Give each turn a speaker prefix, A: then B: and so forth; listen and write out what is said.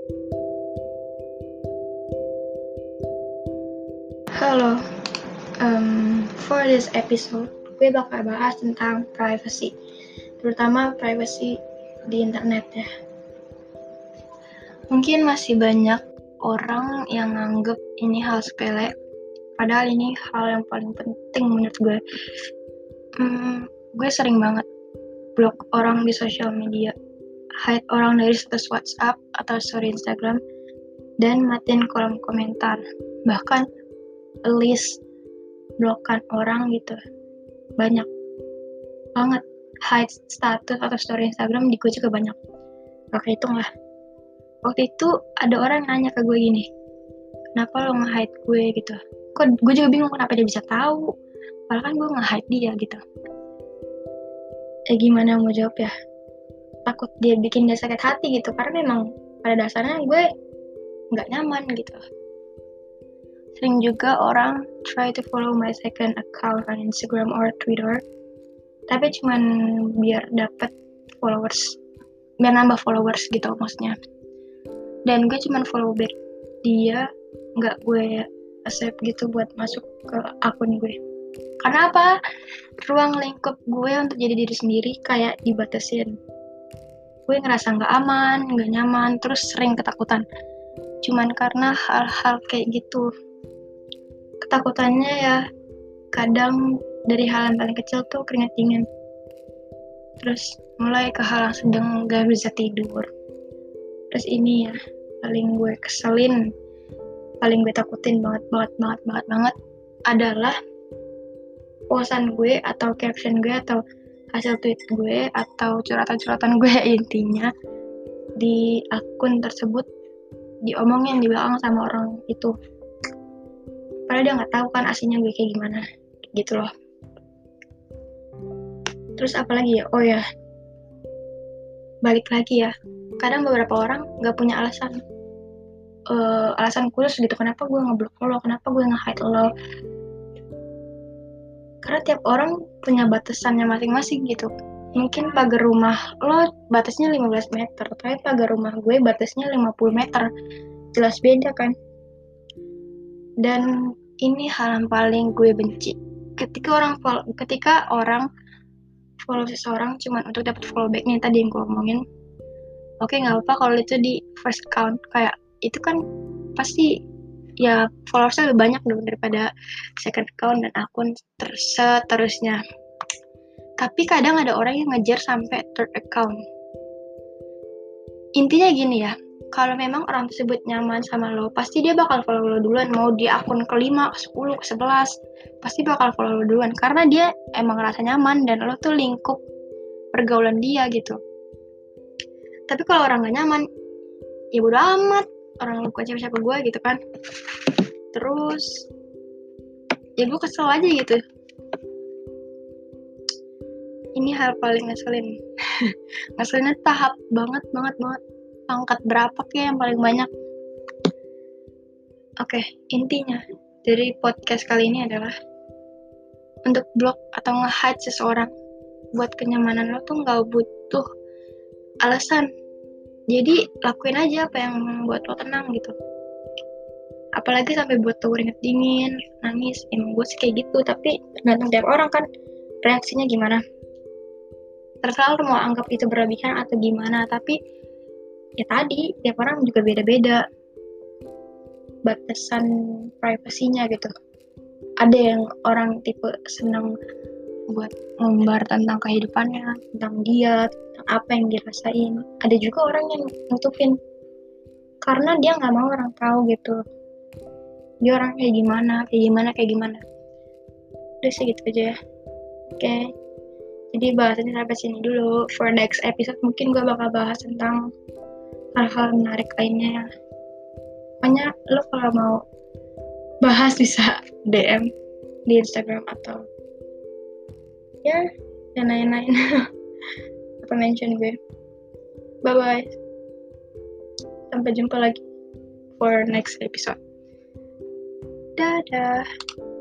A: Halo, for this episode, gue bakal bahas tentang privacy, terutama privacy di internet ya. Mungkin masih banyak orang yang nganggep ini hal sepele, padahal ini hal yang paling penting menurut gue. Gue sering banget blok orang di sosial media, hide orang dari status WhatsApp atau story Instagram, dan matiin kolom komentar. Bahkan list blokan orang gitu banyak banget. Hide status atau story Instagram di gue juga banyak. Gak hitung lah. Waktu itu ada orang nanya ke gue gini, kenapa lo nge-hide gue gitu. Kok gue juga bingung kenapa dia bisa tahu, padahal kan gue nge-hide dia gitu. Gimana mau jawab ya, takut dia bikin dia sakit hati gitu, karena memang pada dasarnya gue gak nyaman gitu. Sering juga orang try to follow my second account on Instagram or Twitter, tapi cuman biar dapet followers, biar nambah followers gitu maksudnya. Dan gue cuman follow back dia, nggak gue accept gitu buat masuk ke akun gue. Karena apa? Ruang lingkup gue untuk jadi diri sendiri kayak dibatasin. Gue ngerasa nggak aman, nggak nyaman, terus sering ketakutan. Cuman karena hal-hal kayak gitu. Ketakutannya ya kadang dari hal yang paling kecil tuh keringat dingin. Terus mulai ke hal yang sedang gak bisa tidur. Terus ini ya, paling gue keselin, paling gue takutin banget adalah posan gue atau caption gue atau hasil tweet gue atau curhatan gue intinya di akun tersebut diomongin di belakang sama orang itu. Padahal dia nggak tahu kan aslinya gue kayak gimana, gitu loh. Terus apalagi ya? Oh ya, balik lagi ya. Kadang beberapa orang nggak punya alasan khusus gitu, kenapa gue ngeblok lo, kenapa gue nge-hide lo. Karena tiap orang punya batasannya masing-masing gitu. Mungkin pagar rumah lo batasnya 15 meter, tapi pagar rumah gue batasnya 50 meter. Jelas beda kan? Dan ini hal yang paling gue benci. Ketika orang follow seseorang cuma untuk dapat follow back nih, tadi yang gue omongin. Oke, nggak apa-apa kalau itu di first account, kayak itu kan pasti ya followersnya lebih banyak dong daripada second account dan akun seterusnya. Tapi kadang ada orang yang ngejar sampai third account. Intinya gini ya, kalau memang orang tersebut nyaman sama lo, pasti dia bakal follow lo duluan. Mau di akun ke-5, ke-10, ke-11, pasti bakal follow lo duluan. Karena dia emang ngerasa nyaman dan lo tuh lingkup pergaulan dia gitu. Tapi kalau orang gak nyaman, ya bodo amat. Orang bukan siapa-siapa gue gitu kan. Terus ya gue kesel aja gitu. Ini hal paling ngeselin. Ngeselinnya tahap banget. Pangkat berapa kayak yang paling banyak. Oke, intinya dari podcast kali ini adalah untuk blok atau nge-hide seseorang buat kenyamanan lo tuh gak butuh alasan. Jadi lakuin aja apa yang membuat lo tenang gitu. Apalagi sampai buat lo keringet dingin, nangis. Emang gue sih kayak gitu, tapi tergantung tiap orang kan reaksinya gimana. Terserah lo mau anggap itu berlebihan atau gimana, tapi ya tadi tiap orang juga beda-beda batasan privasinya gitu. Ada yang orang tipe senang buat ngumbar tentang kehidupannya, tentang dia, tentang apa yang dirasain. Ada juga orang yang nutupin karena dia nggak mau orang tahu gitu. Dia orang kayak gimana. Udah sih gitu aja ya. Oke. Jadi bahasannya sampai sini dulu. For next episode mungkin gue bakal bahas tentang hal-hal menarik lainnya. Pokoknya lo kalau mau bahas bisa DM di Instagram atau ya dan lain-lain atau mention gue. Bye bye, sampai jumpa lagi for next episode. Dadah.